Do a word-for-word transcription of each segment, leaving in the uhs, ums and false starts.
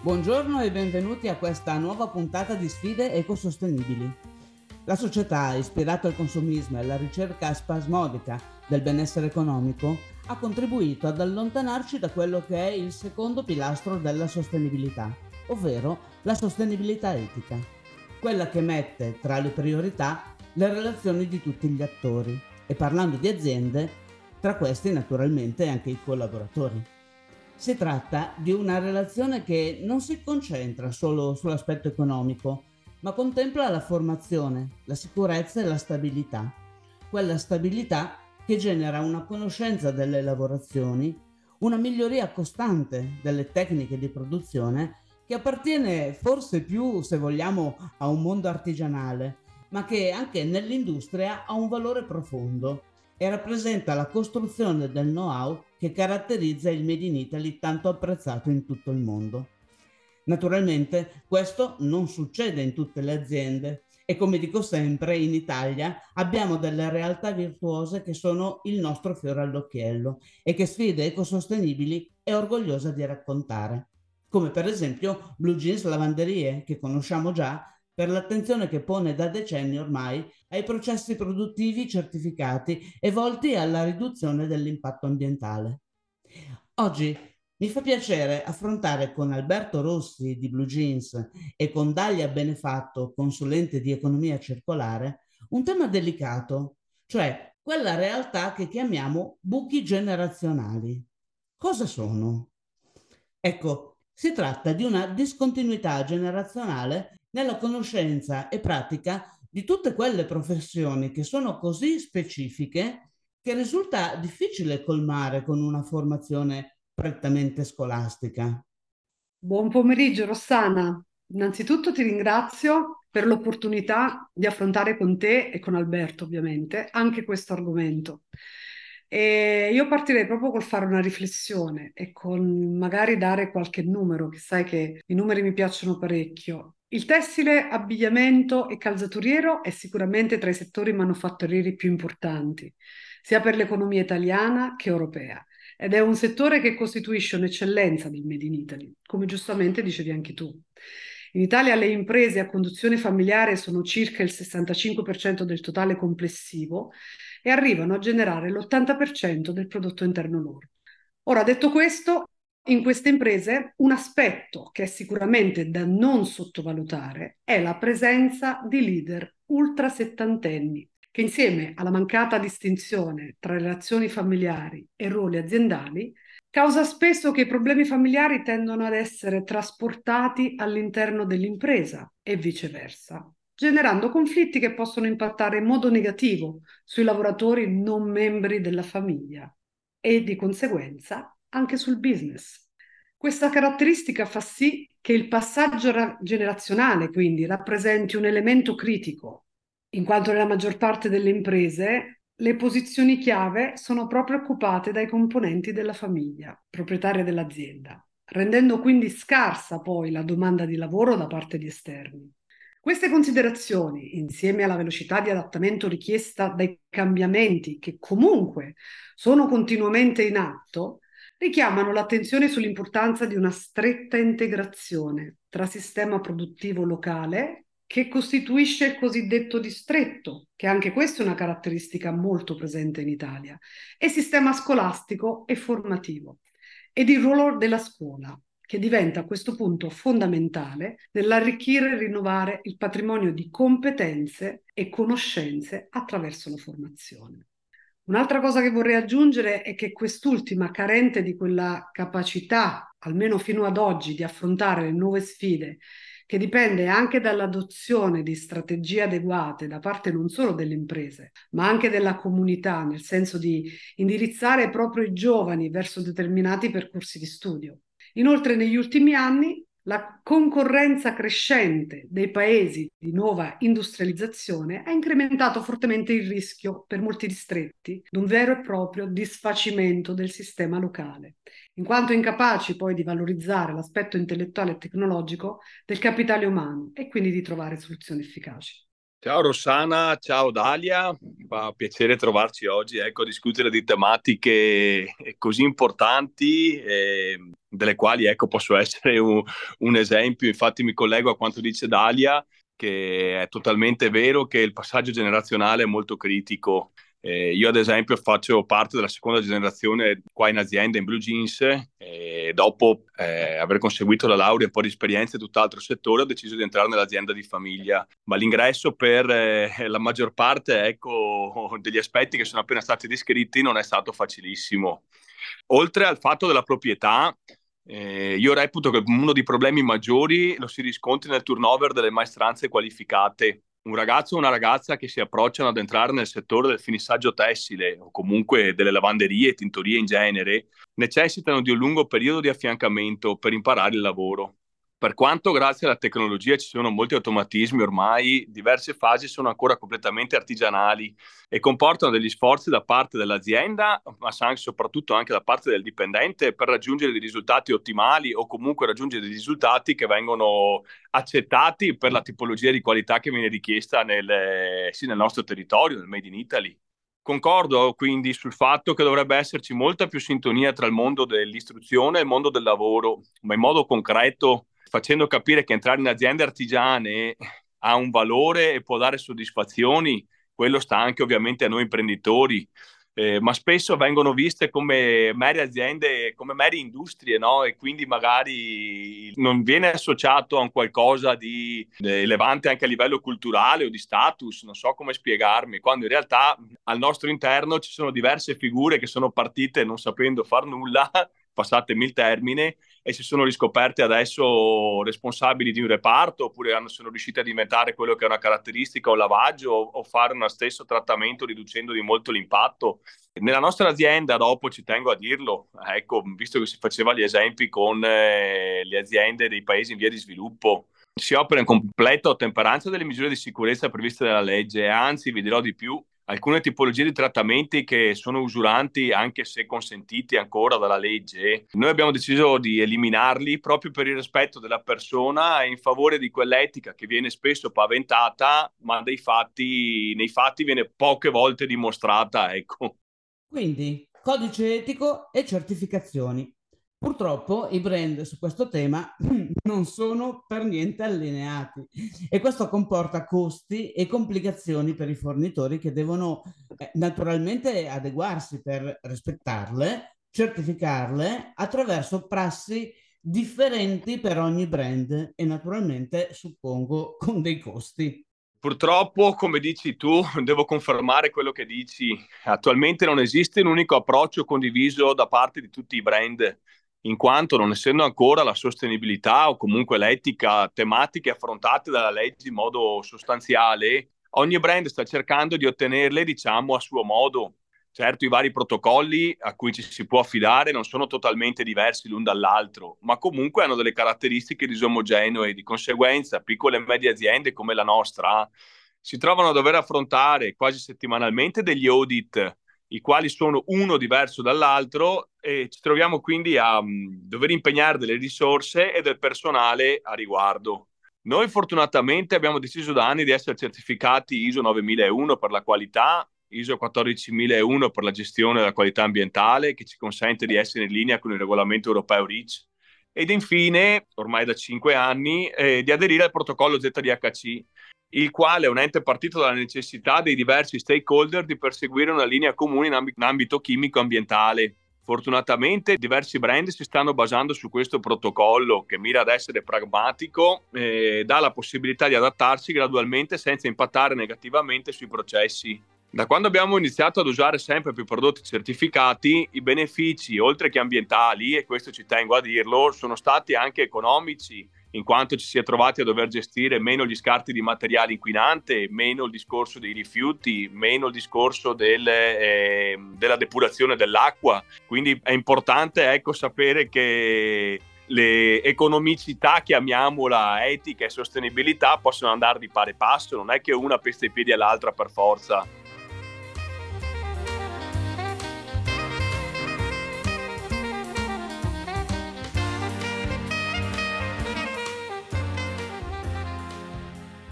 Buongiorno e benvenuti a questa nuova puntata di Sfide ecosostenibili. La società, ispirata al consumismo e alla ricerca spasmodica del benessere economico, ha contribuito ad allontanarci da quello che è il secondo pilastro della sostenibilità, ovvero la sostenibilità etica, quella che mette tra le priorità le relazioni di tutti gli attori e, parlando di aziende, tra questi naturalmente anche i collaboratori. Si tratta di una relazione che non si concentra solo sull'aspetto economico, ma contempla la formazione, la sicurezza e la stabilità. Quella stabilità che genera una conoscenza delle lavorazioni, una miglioria costante delle tecniche di produzione che appartiene forse più, se vogliamo, a un mondo artigianale, ma che anche nell'industria ha un valore profondo e rappresenta la costruzione del know-how che caratterizza il Made in Italy tanto apprezzato in tutto il mondo. Naturalmente questo non succede in tutte le aziende e, come dico sempre, in Italia abbiamo delle realtà virtuose che sono il nostro fiore all'occhiello e che Sfide Ecosostenibili è orgogliosa di raccontare, come per esempio Blue Jeans Lavanderie, che conosciamo già per l'attenzione che pone da decenni ormai ai processi produttivi certificati e volti alla riduzione dell'impatto ambientale. Oggi mi fa piacere affrontare con Alberto Rossi di Blue Jeans e con Dalia Benefatto, consulente di economia circolare, un tema delicato, cioè quella realtà che chiamiamo buchi generazionali. Cosa sono? Ecco, si tratta di una discontinuità generazionale nella conoscenza e pratica di tutte quelle professioni che sono così specifiche che risulta difficile colmare con una formazione prettamente scolastica. Buon pomeriggio Rossana, innanzitutto ti ringrazio per l'opportunità di affrontare con te e con Alberto ovviamente anche questo argomento. E io partirei proprio col fare una riflessione e con magari dare qualche numero, che sai che i numeri mi piacciono parecchio. Il tessile, abbigliamento e calzaturiero è sicuramente tra i settori manufatturieri più importanti, sia per l'economia italiana che europea. Ed è un settore che costituisce un'eccellenza del Made in Italy, come giustamente dicevi anche tu. In Italia le imprese a conduzione familiare sono circa il sessantacinque per cento del totale complessivo e arrivano a generare l'ottanta per cento del prodotto interno lordo. Ora, detto questo, in queste imprese un aspetto che è sicuramente da non sottovalutare è la presenza di leader ultra settantenni che insieme alla mancata distinzione tra relazioni familiari e ruoli aziendali causa spesso che i problemi familiari tendono ad essere trasportati all'interno dell'impresa e viceversa, generando conflitti che possono impattare in modo negativo sui lavoratori non membri della famiglia e di conseguenza anche sul business. Questa caratteristica fa sì che il passaggio ra- generazionale, quindi, rappresenti un elemento critico, in quanto nella maggior parte delle imprese le posizioni chiave sono proprio occupate dai componenti della famiglia, proprietaria dell'azienda, rendendo quindi scarsa poi la domanda di lavoro da parte di esterni. Queste considerazioni, insieme alla velocità di adattamento richiesta dai cambiamenti che comunque sono continuamente in atto, richiamano l'attenzione sull'importanza di una stretta integrazione tra sistema produttivo locale, che costituisce il cosiddetto distretto, che anche questa è una caratteristica molto presente in Italia, e sistema scolastico e formativo, ed il ruolo della scuola, che diventa a questo punto fondamentale nell'arricchire e rinnovare il patrimonio di competenze e conoscenze attraverso la formazione. Un'altra cosa che vorrei aggiungere è che quest'ultima, carente di quella capacità, almeno fino ad oggi, di affrontare le nuove sfide, che dipende anche dall'adozione di strategie adeguate da parte non solo delle imprese, ma anche della comunità, nel senso di indirizzare proprio i giovani verso determinati percorsi di studio. Inoltre, negli ultimi anni la concorrenza crescente dei paesi di nuova industrializzazione ha incrementato fortemente il rischio per molti distretti di un vero e proprio disfacimento del sistema locale, in quanto incapaci poi di valorizzare l'aspetto intellettuale e tecnologico del capitale umano e quindi di trovare soluzioni efficaci. Ciao Rossana, ciao Dalia, fa piacere trovarci oggi, ecco, a discutere di tematiche così importanti, eh, delle quali, ecco, posso essere un, un esempio. Infatti mi collego a quanto dice Dalia, che è totalmente vero che il passaggio generazionale è molto critico. Eh, io ad esempio faccio parte della seconda generazione qua in azienda in Blue Jeans e dopo eh, aver conseguito la laurea e un po' di esperienza in tutt'altro settore ho deciso di entrare nell'azienda di famiglia, ma l'ingresso per eh, la maggior parte, ecco, degli aspetti che sono appena stati descritti non è stato facilissimo. Oltre al fatto della proprietà, eh, io reputo che uno dei problemi maggiori lo si riscontri nel turnover delle maestranze qualificate. Un ragazzo o una ragazza che si approcciano ad entrare nel settore del finissaggio tessile o comunque delle lavanderie e tintorie in genere necessitano di un lungo periodo di affiancamento per imparare il lavoro. Per quanto grazie alla tecnologia ci sono molti automatismi ormai, diverse fasi sono ancora completamente artigianali e comportano degli sforzi da parte dell'azienda, ma soprattutto anche da parte del dipendente per raggiungere dei risultati ottimali o comunque raggiungere dei risultati che vengono accettati per la tipologia di qualità che viene richiesta nel, sì, nel nostro territorio, nel Made in Italy. Concordo quindi sul fatto che dovrebbe esserci molta più sintonia tra il mondo dell'istruzione e il mondo del lavoro, ma in modo concreto, facendo capire che entrare in aziende artigiane ha un valore e può dare soddisfazioni, quello sta anche ovviamente a noi imprenditori, eh, ma spesso vengono viste come mere aziende, come mere industrie, no? E quindi magari non viene associato a un qualcosa di elevante anche a livello culturale o di status, non so come spiegarmi, quando in realtà al nostro interno ci sono diverse figure che sono partite non sapendo far nulla, passatemi il termine, e si sono riscoperte adesso responsabili di un reparto oppure hanno, sono riusciti a diventare quello che è una caratteristica o lavaggio o, o fare uno stesso trattamento riducendo di molto l'impatto. Nella nostra azienda, dopo ci tengo a dirlo, ecco, visto che si faceva gli esempi con eh, le aziende dei paesi in via di sviluppo, si opera in completa ottemperanza delle misure di sicurezza previste dalla legge, anzi vi dirò di più, alcune tipologie di trattamenti che sono usuranti anche se consentiti ancora dalla legge, noi abbiamo deciso di eliminarli proprio per il rispetto della persona e in favore di quell'etica che viene spesso paventata, ma dei fatti, nei fatti viene poche volte dimostrata, ecco. Quindi, codice etico e certificazioni. Purtroppo i brand su questo tema non sono per niente allineati e questo comporta costi e complicazioni per i fornitori che devono eh, naturalmente adeguarsi per rispettarle, certificarle attraverso prassi differenti per ogni brand e naturalmente suppongo con dei costi. Purtroppo, come dici tu, devo confermare quello che dici. Attualmente non esiste un unico approccio condiviso da parte di tutti i brand, in quanto non essendo ancora la sostenibilità o comunque l'etica tematiche affrontate dalla legge in modo sostanziale, ogni brand sta cercando di ottenerle, diciamo, a suo modo. Certo, i vari protocolli a cui ci si può affidare non sono totalmente diversi l'un dall'altro, ma comunque hanno delle caratteristiche disomogenee e di conseguenza piccole e medie aziende come la nostra si trovano a dover affrontare quasi settimanalmente degli audit, i quali sono uno diverso dall'altro e ci troviamo quindi a um, dover impegnare delle risorse e del personale a riguardo. Noi fortunatamente abbiamo deciso da anni di essere certificati I S O novemilauno per la qualità, I S O quattordicimilauno per la gestione della qualità ambientale, che ci consente di essere in linea con il regolamento europeo REACH, ed infine, ormai da cinque anni, eh, di aderire al protocollo Z D H C, il quale è un ente partito dalla necessità dei diversi stakeholder di perseguire una linea comune in, amb- in ambito chimico-ambientale. Fortunatamente diversi brand si stanno basando su questo protocollo che mira ad essere pragmatico e dà la possibilità di adattarsi gradualmente senza impattare negativamente sui processi. Da quando abbiamo iniziato ad usare sempre più prodotti certificati, i benefici, oltre che ambientali, e questo ci tengo a dirlo, sono stati anche economici, in quanto ci si è trovati a dover gestire meno gli scarti di materiale inquinante, meno il discorso dei rifiuti, meno il discorso del, eh, della depurazione dell'acqua. Quindi è importante, ecco, sapere che le economicità, chiamiamola etica e sostenibilità, possono andare di pari passo, non è che una pesta i piedi all'altra per forza.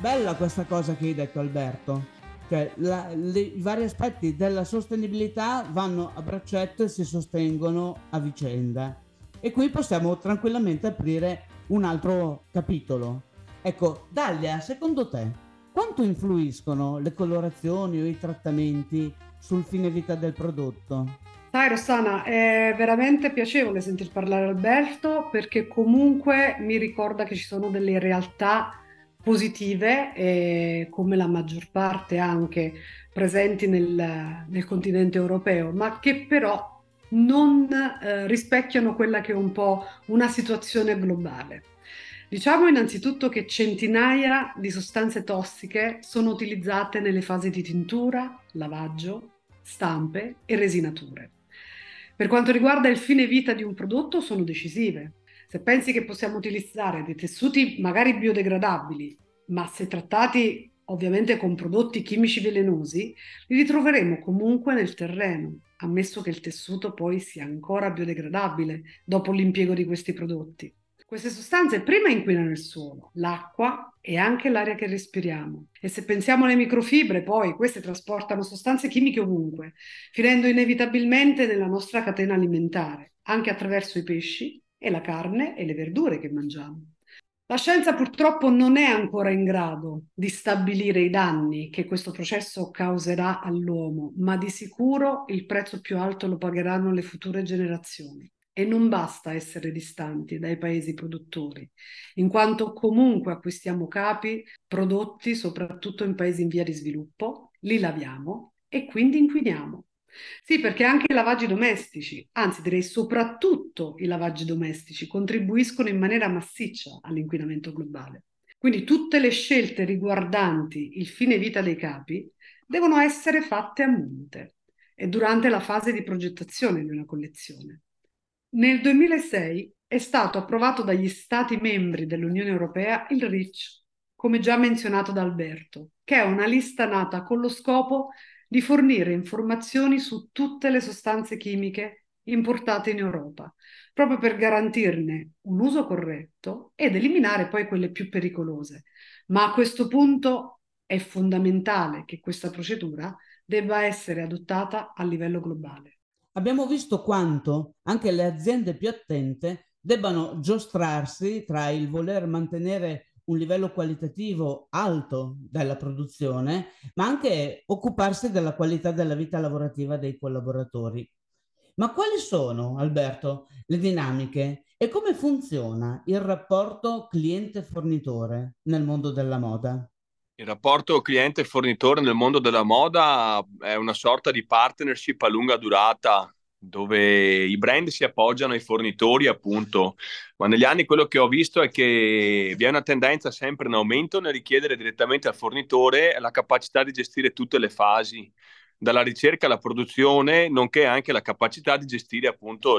Bella questa cosa che hai detto, Alberto. Cioè, la- le- i vari aspetti della sostenibilità vanno a braccetto e si sostengono a vicenda. E qui possiamo tranquillamente aprire un altro capitolo. Ecco, Dalia, secondo te, quanto influiscono le colorazioni o i trattamenti sul fine vita del prodotto? Sai, Rossana, è veramente piacevole sentir parlare Alberto perché comunque mi ricorda che ci sono delle realtà positive, eh, come la maggior parte anche presenti nel, nel continente europeo, ma che però non eh, rispecchiano quella che è un po' una situazione globale. Diciamo innanzitutto che centinaia di sostanze tossiche sono utilizzate nelle fasi di tintura, lavaggio, stampe e resinature. Per quanto riguarda il fine vita di un prodotto, sono decisive. Se pensi che possiamo utilizzare dei tessuti magari biodegradabili, ma se trattati ovviamente con prodotti chimici velenosi, li ritroveremo comunque nel terreno, ammesso che il tessuto poi sia ancora biodegradabile dopo l'impiego di questi prodotti. Queste sostanze prima inquinano il suolo, l'acqua e anche l'aria che respiriamo. E se pensiamo alle microfibre, poi queste trasportano sostanze chimiche ovunque, finendo inevitabilmente nella nostra catena alimentare, anche attraverso i pesci e la carne e le verdure che mangiamo. La scienza purtroppo non è ancora in grado di stabilire i danni che questo processo causerà all'uomo, ma di sicuro il prezzo più alto lo pagheranno le future generazioni. E non basta essere distanti dai paesi produttori, in quanto comunque acquistiamo capi prodotti soprattutto in paesi in via di sviluppo, li laviamo e quindi inquiniamo. Sì, perché anche i lavaggi domestici, anzi direi soprattutto i lavaggi domestici, contribuiscono in maniera massiccia all'inquinamento globale. Quindi tutte le scelte riguardanti il fine vita dei capi devono essere fatte a monte e durante la fase di progettazione di una collezione. Nel duemilasei è stato approvato dagli Stati membri dell'Unione Europea il REACH, come già menzionato da Alberto, che è una lista nata con lo scopo di fornire informazioni su tutte le sostanze chimiche importate in Europa, proprio per garantirne un uso corretto ed eliminare poi quelle più pericolose. Ma a questo punto è fondamentale che questa procedura debba essere adottata a livello globale. Abbiamo visto quanto anche le aziende più attente debbano giostrarsi tra il voler mantenere un livello qualitativo alto della produzione, ma anche occuparsi della qualità della vita lavorativa dei collaboratori. Ma quali sono, Alberto, le dinamiche e come funziona il rapporto cliente-fornitore nel mondo della moda? Il rapporto cliente-fornitore nel mondo della moda è una sorta di partnership a lunga durata dove i brand si appoggiano ai fornitori, appunto, ma negli anni quello che ho visto è che vi è una tendenza sempre in aumento nel richiedere direttamente al fornitore la capacità di gestire tutte le fasi, dalla ricerca alla produzione, nonché anche la capacità di gestire appunto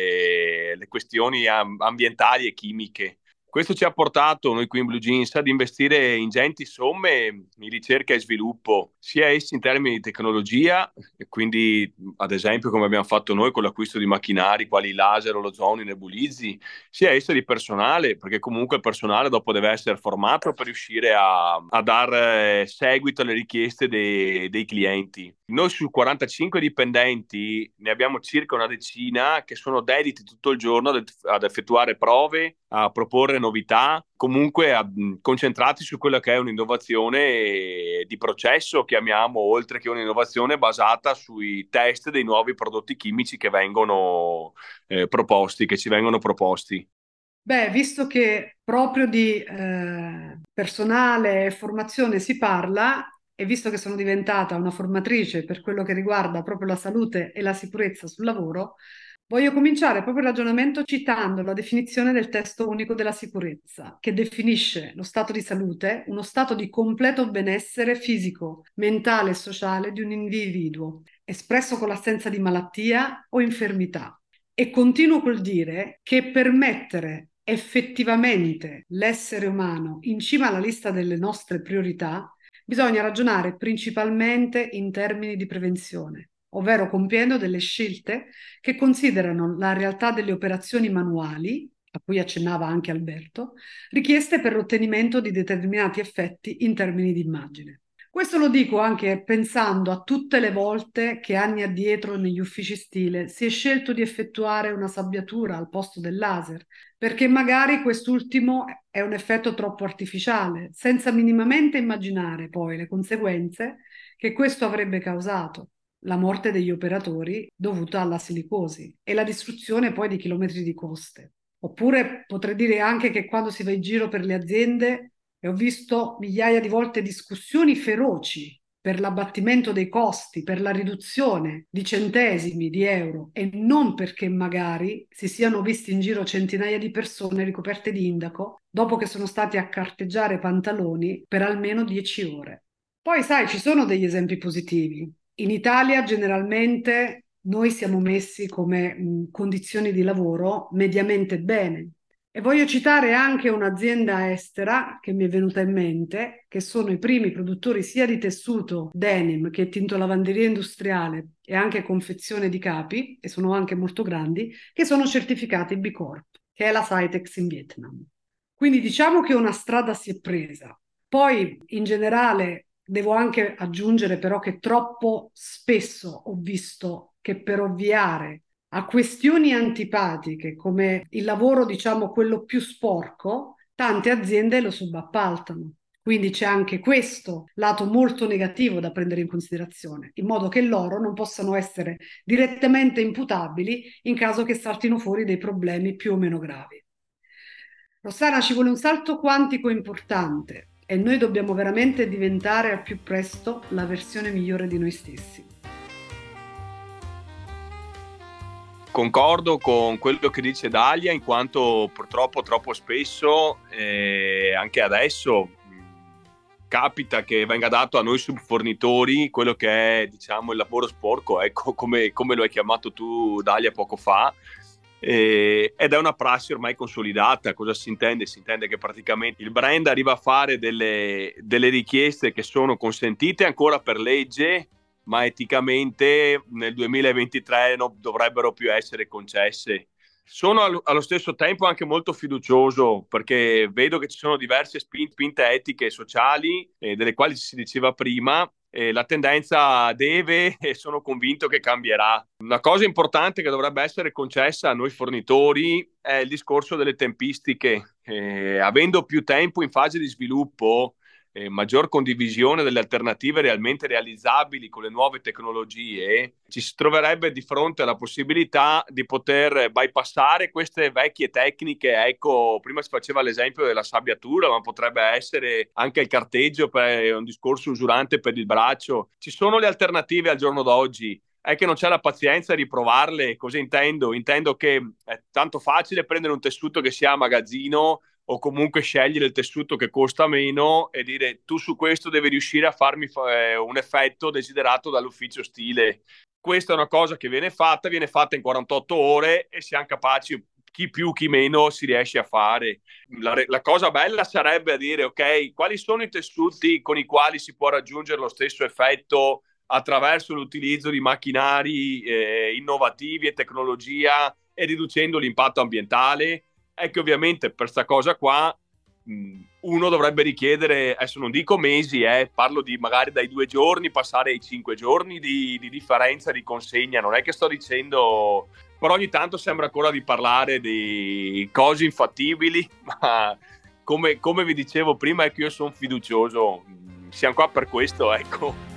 le, le questioni ambientali e chimiche. Questo ci ha portato, noi qui in Blue Jeans, ad investire ingenti somme in ricerca e sviluppo, sia essi in termini di tecnologia, e quindi ad esempio come abbiamo fatto noi con l'acquisto di macchinari quali laser, olozono, nebulizzi, sia esso di personale, perché comunque il personale dopo deve essere formato per riuscire a, a dar seguito alle richieste dei, dei clienti. Noi su quarantacinque dipendenti ne abbiamo circa una decina che sono dediti tutto il giorno ad, ad effettuare prove, a proporre novità, comunque a, concentrati su quella che è un'innovazione di processo, chiamiamo, oltre che un'innovazione basata sui test dei nuovi prodotti chimici che vengono eh, proposti, che ci vengono proposti. Beh, visto che proprio di eh, personale e formazione si parla, e visto che sono diventata una formatrice per quello che riguarda proprio la salute e la sicurezza sul lavoro, voglio cominciare proprio il ragionamento citando la definizione del testo unico della sicurezza, che definisce lo stato di salute, uno stato di completo benessere fisico, mentale e sociale di un individuo, espresso con l'assenza di malattia o infermità. E continuo col dire che per mettere effettivamente l'essere umano in cima alla lista delle nostre priorità, bisogna ragionare principalmente in termini di prevenzione, ovvero compiendo delle scelte che considerano la realtà delle operazioni manuali, a cui accennava anche Alberto, richieste per l'ottenimento di determinati effetti in termini di immagine. Questo lo dico anche pensando a tutte le volte che anni addietro negli uffici stile si è scelto di effettuare una sabbiatura al posto del laser, perché magari quest'ultimo è un effetto troppo artificiale, senza minimamente immaginare poi le conseguenze che questo avrebbe causato, la morte degli operatori dovuta alla silicosi e la distruzione poi di chilometri di coste. Oppure potrei dire anche che quando si va in giro per le aziende e ho visto migliaia di volte discussioni feroci per l'abbattimento dei costi, per la riduzione di centesimi di euro e non perché magari si siano visti in giro centinaia di persone ricoperte di indaco dopo che sono stati a carteggiare pantaloni per almeno dieci ore. Poi sai, ci sono degli esempi positivi. In Italia generalmente noi siamo messi come mh, condizioni di lavoro mediamente bene. E voglio citare anche un'azienda estera che mi è venuta in mente, che sono i primi produttori sia di tessuto denim che tintolavanderia industriale e anche confezione di capi, e sono anche molto grandi, che sono certificati B Corp, che è la Cytex in Vietnam. Quindi diciamo che una strada si è presa. Poi in generale devo anche aggiungere però che troppo spesso ho visto che per ovviare a questioni antipatiche come il lavoro, diciamo, quello più sporco, tante aziende lo subappaltano. Quindi c'è anche questo lato molto negativo da prendere in considerazione, in modo che loro non possano essere direttamente imputabili in caso che saltino fuori dei problemi più o meno gravi. Rossana, ci vuole un salto quantico importante e noi dobbiamo veramente diventare al più presto la versione migliore di noi stessi. Concordo con quello che dice Dalia, in quanto purtroppo troppo spesso, eh, anche adesso, mh, capita che venga dato a noi subfornitori quello che è, diciamo, il lavoro sporco, ecco, come, come lo hai chiamato tu, Dalia, poco fa, eh, ed è una prassi ormai consolidata. Cosa si intende? Si intende che praticamente il brand arriva a fare delle, delle richieste che sono consentite ancora per legge, ma eticamente nel duemilaventitré non dovrebbero più essere concesse. Sono allo, allo stesso tempo anche molto fiducioso, perché vedo che ci sono diverse spinte, spinte etiche e sociali, eh, delle quali si diceva prima, e la tendenza deve e sono convinto che cambierà. Una cosa importante che dovrebbe essere concessa a noi fornitori è il discorso delle tempistiche. Eh, avendo più tempo in fase di sviluppo, Eh, maggior condivisione delle alternative realmente realizzabili con le nuove tecnologie, ci si troverebbe di fronte alla possibilità di poter bypassare queste vecchie tecniche. Ecco, prima si faceva l'esempio della sabbiatura, ma potrebbe essere anche il carteggio, per un discorso usurante per il braccio. Ci sono le alternative al giorno d'oggi. È che non c'è la pazienza di provarle. Cosa intendo? Intendo che è tanto facile prendere un tessuto che sia a magazzino o comunque scegliere il tessuto che costa meno e dire tu su questo devi riuscire a farmi fa- un effetto desiderato dall'ufficio stile. Questa è una cosa che viene fatta, viene fatta in quarantotto ore e siamo capaci, chi più chi meno si riesce a fare. La, la cosa bella sarebbe a dire ok, quali sono i tessuti con i quali si può raggiungere lo stesso effetto attraverso l'utilizzo di macchinari eh, innovativi e tecnologia e riducendo l'impatto ambientale. È che ovviamente per questa cosa qua mh, uno dovrebbe richiedere, adesso non dico mesi, eh, parlo di magari dai due giorni passare ai cinque giorni di, di differenza di consegna. Non è che sto dicendo, però ogni tanto sembra ancora di parlare di cose infattibili, ma come, come vi dicevo prima, è che io sono fiducioso, siamo qua per questo, ecco.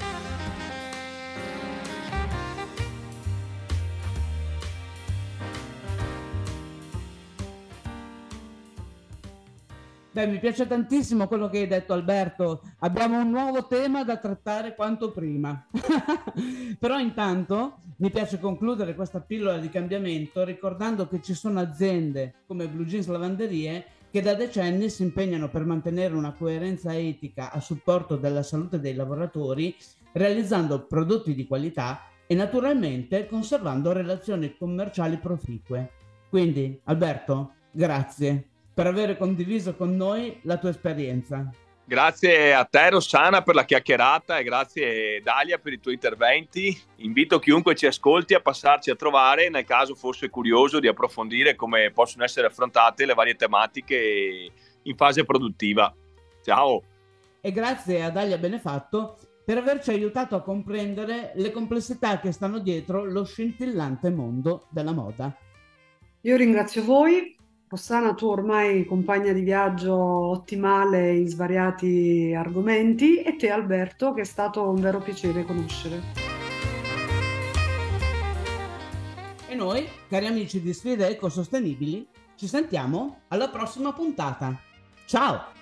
Beh, mi piace tantissimo quello che hai detto, Alberto. Abbiamo un nuovo tema da trattare quanto prima. Però intanto mi piace concludere questa pillola di cambiamento ricordando che ci sono aziende come Blue Jeans Lavanderie che da decenni si impegnano per mantenere una coerenza etica a supporto della salute dei lavoratori, realizzando prodotti di qualità e naturalmente conservando relazioni commerciali proficue. Quindi, Alberto, grazie per aver condiviso con noi la tua esperienza. Grazie a te Rossana per la chiacchierata e grazie Dalia per i tuoi interventi. Invito chiunque ci ascolti a passarci a trovare nel caso fosse curioso di approfondire come possono essere affrontate le varie tematiche in fase produttiva. Ciao! E grazie a Dalia Benefatto per averci aiutato a comprendere le complessità che stanno dietro lo scintillante mondo della moda. Io ringrazio voi. Rossana, tu ormai compagna di viaggio ottimale in svariati argomenti, e te Alberto, che è stato un vero piacere conoscere. E noi, cari amici di Sfide Ecosostenibili, ci sentiamo alla prossima puntata. Ciao!